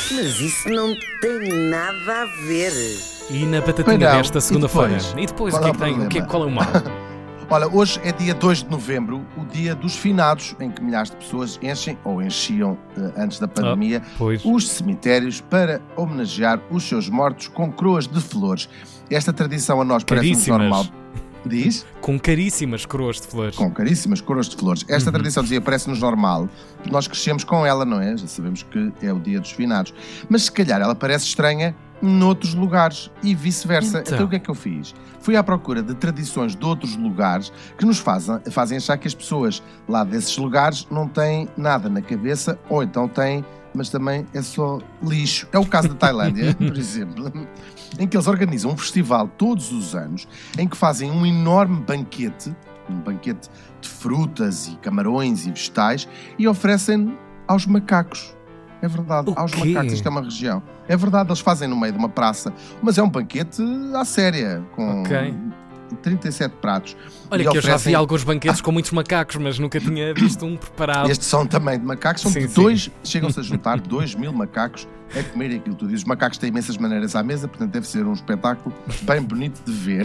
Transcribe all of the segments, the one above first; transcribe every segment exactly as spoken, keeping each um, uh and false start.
Mas isso não tem nada a ver. E na batatinha Pois não. desta segunda-feira? E depois? E depois, o Qual que é é o que tem? O que é, problema? qual é o mal? Olha, hoje é dia dois de novembro, o dia dos finados, em que milhares de pessoas enchem, ou enchiam eh, antes da pandemia, Pois. os cemitérios para homenagear os seus mortos com coroas de flores. Esta tradição a nós parece-nos Caríssimas. normal. Diz? Com caríssimas coroas de flores. Com caríssimas coroas de flores. Esta Uhum. tradição, dizia, parece-nos normal, porque nós crescemos com ela, não é? Já sabemos que é o dia dos finados. Mas se calhar ela parece estranha noutros lugares e vice-versa. Então. Então o que é que eu fiz? Fui à procura de tradições de outros lugares que nos fazem, fazem achar que as pessoas lá desses lugares não têm nada na cabeça, ou então têm, mas também é só lixo. É o caso da Tailândia, por exemplo, em que eles organizam um festival todos os anos, em que fazem um enorme banquete, um banquete de frutas e camarões e vegetais, e oferecem aos macacos. É verdade, O aos quê? macacos, isto é uma região. É verdade, eles fazem no meio de uma praça, mas é um banquete à séria, com Ok. trinta e sete pratos. Olha E que eu já oferecem- vi alguns banquetes com muitos macacos, mas nunca tinha visto um preparado. Estes são também de macacos, são Sim, de sim. dois, chegam-se a juntar dois mil macacos a comer aquilo tudo. E os macacos têm imensas maneiras à mesa, portanto deve ser um espetáculo bem bonito de ver.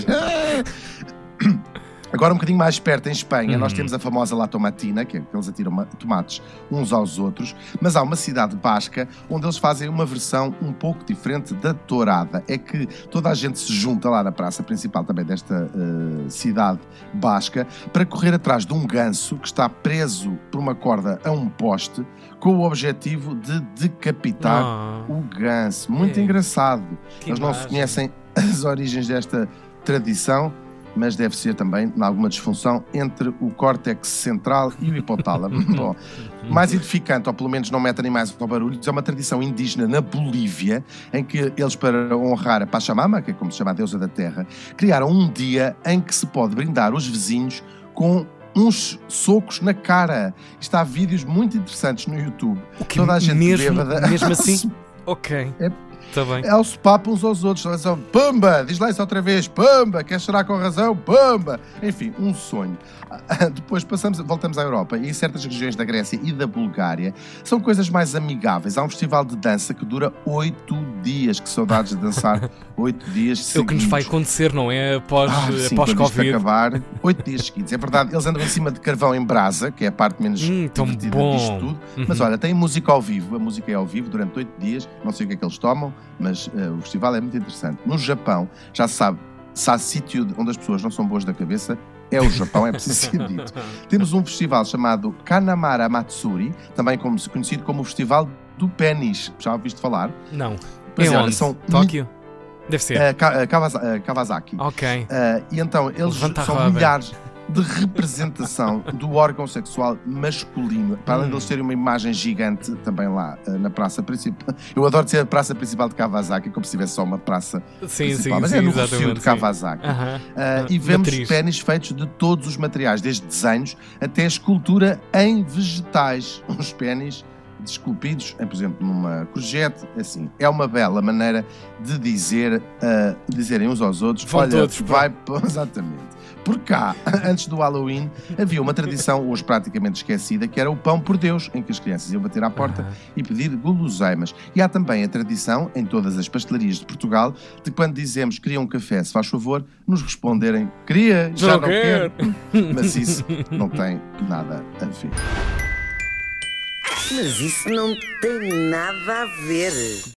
Agora um bocadinho mais perto, em Espanha, Uhum. nós temos a famosa La Tomatina, que é que eles atiram ma- tomates uns aos outros, mas há uma cidade basca onde eles fazem uma versão um pouco diferente da tourada. É que toda a gente se junta lá na praça principal também desta eh, cidade basca para correr atrás de um ganso que está preso por uma corda a um poste com o objetivo de decapitar Ah, o ganso. Muito É. engraçado. que Eles não se imagem. conhecem as origens desta tradição, mas deve ser também em alguma disfunção entre o córtex central e o hipotálamo. Bom, mais edificante, ou pelo menos não mete animais ao barulho, é uma tradição indígena na Bolívia, em que eles, para honrar a Pachamama, que é como se chama a deusa da terra, criaram um dia em que se pode brindar os vizinhos com uns socos na cara. Está há vídeos muito interessantes no YouTube. O que Toda a gente mesmo, bêbada. mesmo assim? Ok, É- está bem. É o papo uns aos outros. Eles são, pumba, diz lá isso outra vez, pumba, queres chorar com razão, pumba. Enfim, um sonho. Depois passamos, voltamos à Europa e em certas regiões da Grécia e da Bulgária são coisas mais amigáveis. Há um festival de dança que dura oito dias. Que saudades de dançar oito dias É o que nos vai seguidos. acontecer, não é? Após, Ah, sim, após quando isto Covid. acabar, oito dias seguidos. É verdade, eles andam em cima de carvão em brasa, que é a parte menos Hum, tão divertida bom. disto tudo. Uhum. Mas olha, tem música ao vivo. A música é ao vivo durante oito dias. Não sei o que é que eles tomam, mas eh, o festival é muito interessante. No Japão, já se sabe, se há sítio onde as pessoas não são boas da cabeça, é o Japão, é preciso ser dito. Temos um festival chamado Kanamara Matsuri, também como- conhecido como o Festival do Pênis. Já ouviste falar? Não. Pois é é, olha, onde? são Tóquio? Deve ser. Eh, Ka- eh, Kawasa- eh, Kawasaki. Ok. Uh, e então, eles Levanta a são roda. milhares de representação do órgão sexual masculino. Para além Hum. de eles terem uma imagem gigante também lá uh, na praça principal. Eu adoro dizer a praça principal de Kawasaki, como se tivesse só uma praça Sim, sim, principal. Mas sim, é no Rocio exatamente. de sim. Kawasaki. Aham. Uh, e vemos Matriz. pênis feitos de todos os materiais, desde desenhos até escultura em vegetais. Uns pênis esculpidos, em, por exemplo, numa courgette, assim. É uma bela maneira de dizer, uh, dizerem uns aos outros, Vão olha, todos, pá." vai... pô, Exatamente. Por cá, antes do Halloween, havia uma tradição, hoje praticamente esquecida, que era o pão por Deus, em que as crianças iam bater à porta Aham. e pedir guloseimas. E há também a tradição, em todas as pastelarias de Portugal, de quando dizemos queria um café, se faz favor, nos responderem queria, já Não não, quero. quero. Mas isso não tem nada a ver. Mas isso não tem nada a ver.